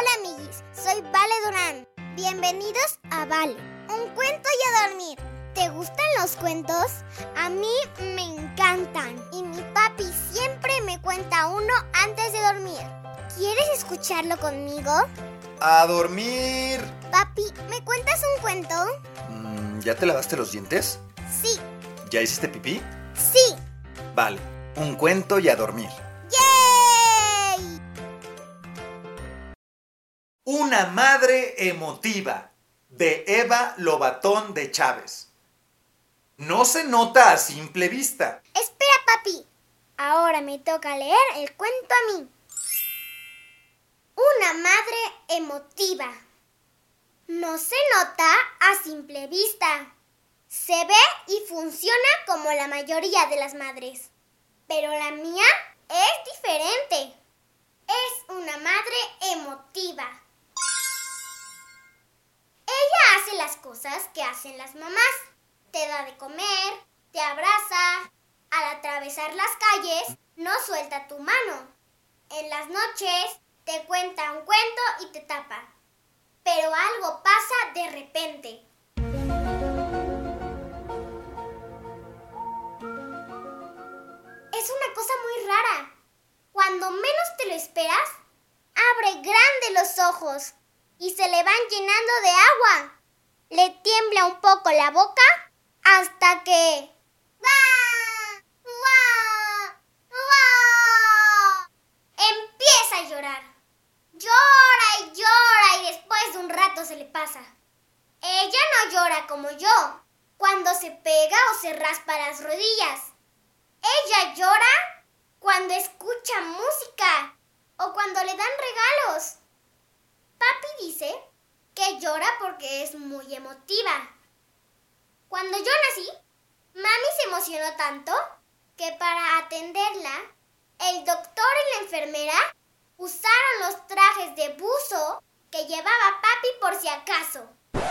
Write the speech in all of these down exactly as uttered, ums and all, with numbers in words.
Hola amiguis, soy Vale Durán. Bienvenidos a Vale, un cuento y a dormir. ¿Te gustan los cuentos? A mí me encantan y mi papi siempre me cuenta uno antes de dormir. ¿Quieres escucharlo conmigo? ¡A dormir! Papi, ¿me cuentas un cuento? Mm, ¿Ya te lavaste los dientes? Sí. ¿Ya hiciste pipí? Sí. Vale, un cuento y a dormir. ¡Yay! Una madre emotiva, de Eva Lobatón de Chávez. No se nota a simple vista. Espera, papi. Ahora me toca leer el cuento a mí. Una madre emotiva. No se nota a simple vista. Se ve y funciona como la mayoría de las madres. Pero la mía es diferente. Es una madre emotiva. Ella hace las cosas que hacen las mamás. Te da de comer, te abraza. Al atravesar las calles, no suelta tu mano. En las noches, te cuenta un cuento y te tapa. Pero algo pasa de repente. Es una cosa muy rara. Cuando menos te lo esperas, abre grande los ojos y se le van llenando de agua. Le tiembla un poco la boca hasta que... ¡Guau! ¡Guau! ¡Guau! Empieza a llorar. Llora y llora y después de un rato se le pasa. Ella no llora como yo, cuando se pega o se raspa las rodillas. Ella llora cuando escucha música o cuando le dan regalos. Papi dice que llora porque es muy emotiva. Cuando yo nací, mami se emocionó tanto que para atenderla, el doctor y la enfermera usaron los trajes de buzo que llevaba papi por si acaso.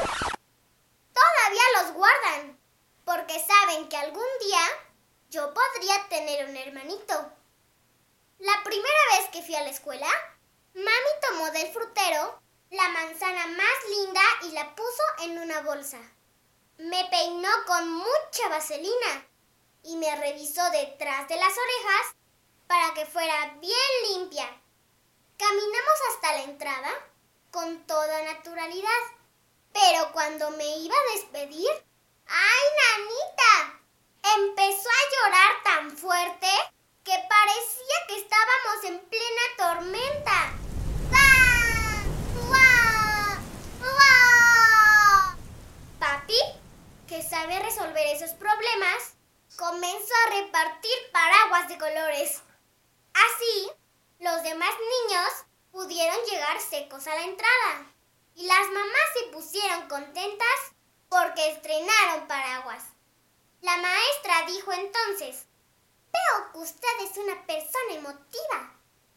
Todavía los guardan, porque saben que algún día yo podría tener un hermanito. La primera vez que fui a la escuela, mami tomó del frutero la manzana más linda y la puso en una bolsa. Me peinó con mucha vaselina y me revisó detrás de las orejas para que fuera bien limpia. Caminamos hasta la entrada con toda naturalidad, pero cuando me iba a despedir, ¡ay, nanita! Empezó a llorar tan fuerte que parecía que estábamos en plena tormenta. ¡Guau! ¡Guau! ¡Guau! Papi, que sabe resolver esos problemas, comenzó a repartir paraguas de colores. Así, los demás niños pudieron llegar secos a la entrada y las mamás se pusieron contentas porque estrenaron paraguas. La maestra dijo entonces: veo que usted es una persona emotiva.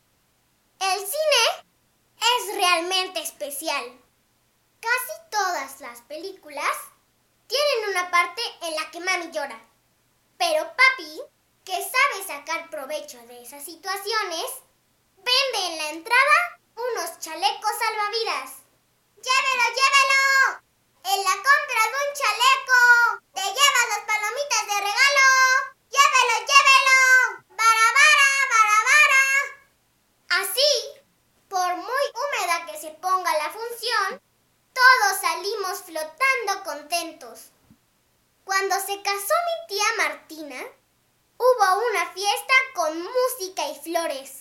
El cine es realmente especial. Casi todas las películas tienen una parte en la que mami llora. Pero papi, que sabe sacar provecho de esas situaciones, vende en la entrada unos chalecos salvavidas. ¡Llévelo, llévelo! En la compra de un chaleco te llevas las palomitas de regalo. ¡Llévelo, llévelo! ¡Bara, bara, bara, bara! Así, por muy húmeda que se ponga la función, todos salimos flotando contentos. Cuando se casó mi tía Martina, hubo una fiesta con música y flores.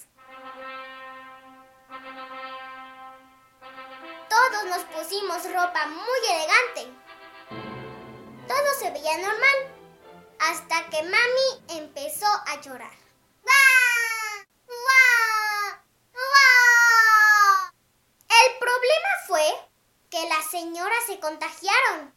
Todos nos pusimos ropa muy elegante. Todo se veía normal, hasta que mami empezó a llorar. ¡Guau! ¡Guau! ¡Guau! El problema fue que las señoras se contagiaron.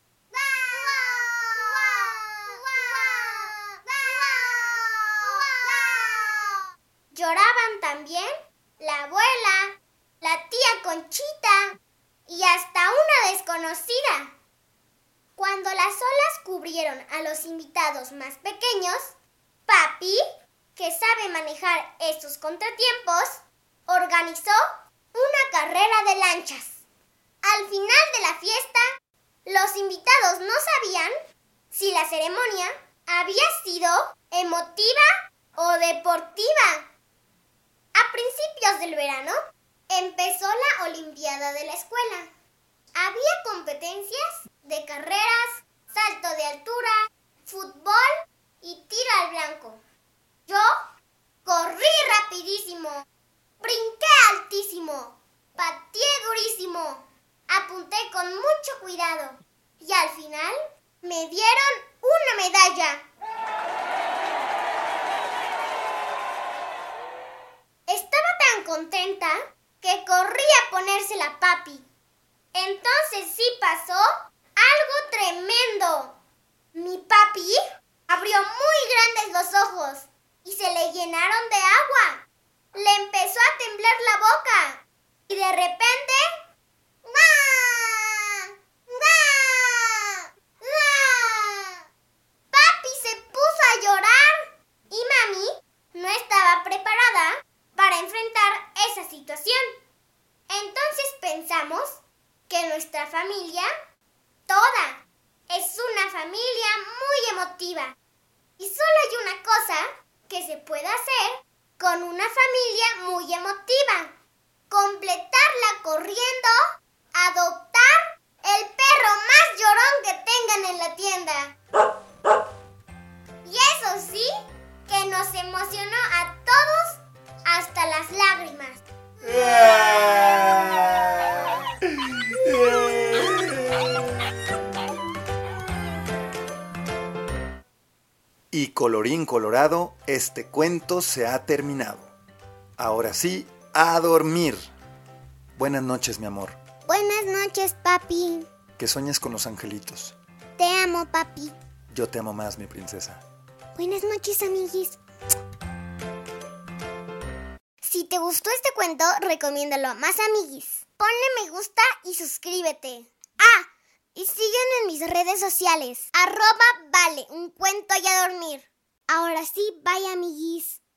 Lloraban también la abuela, la tía Conchita y hasta una desconocida. Cuando las olas cubrieron a los invitados más pequeños, papi, que sabe manejar estos contratiempos, organizó una carrera de lanchas. Al final de la fiesta, los invitados no sabían si la ceremonia había sido emotiva o deportiva. A principios del verano, empezó la Olimpiada de la escuela. Había competencias de carreras, salto de altura, fútbol y tiro al blanco. Yo corrí rapidísimo, brinqué altísimo, pateé durísimo, apunté con mucho cuidado y al final me dieron una medalla. Estaba tan contenta que corrí a ponérsela a papi. Entonces sí pasó algo tremendo. Mi papi abrió muy grandes los ojos y se le llenaron de agua. Le empezó a temblar la boca y de repente... ¡Guau! ¡Guau! ¡Guau! Papi se puso a llorar y mami no estaba preparada para enfrentar esa situación. Entonces pensamos que nuestra familia, toda, es una familia muy emotiva. Y solo hay una cosa que se puede hacer con una familia muy emotiva. Completarla corriendo, adoptar el perro más llorón que tengan en la tienda. Y eso sí, que nos emocionó a todos hasta las lágrimas. Y colorín colorado, este cuento se ha terminado. Ahora sí, a dormir. Buenas noches, mi amor. Buenas noches, papi. Que sueñes con los angelitos. Te amo, papi. Yo te amo más, mi princesa. Buenas noches, amiguis. Si te gustó este cuento, recomiéndalo a más amiguis. Ponle me gusta y suscríbete. Ah, y sígueme en mis redes sociales. Arroba vale, un cuento y a dormir. Ahora sí, bye, amiguis.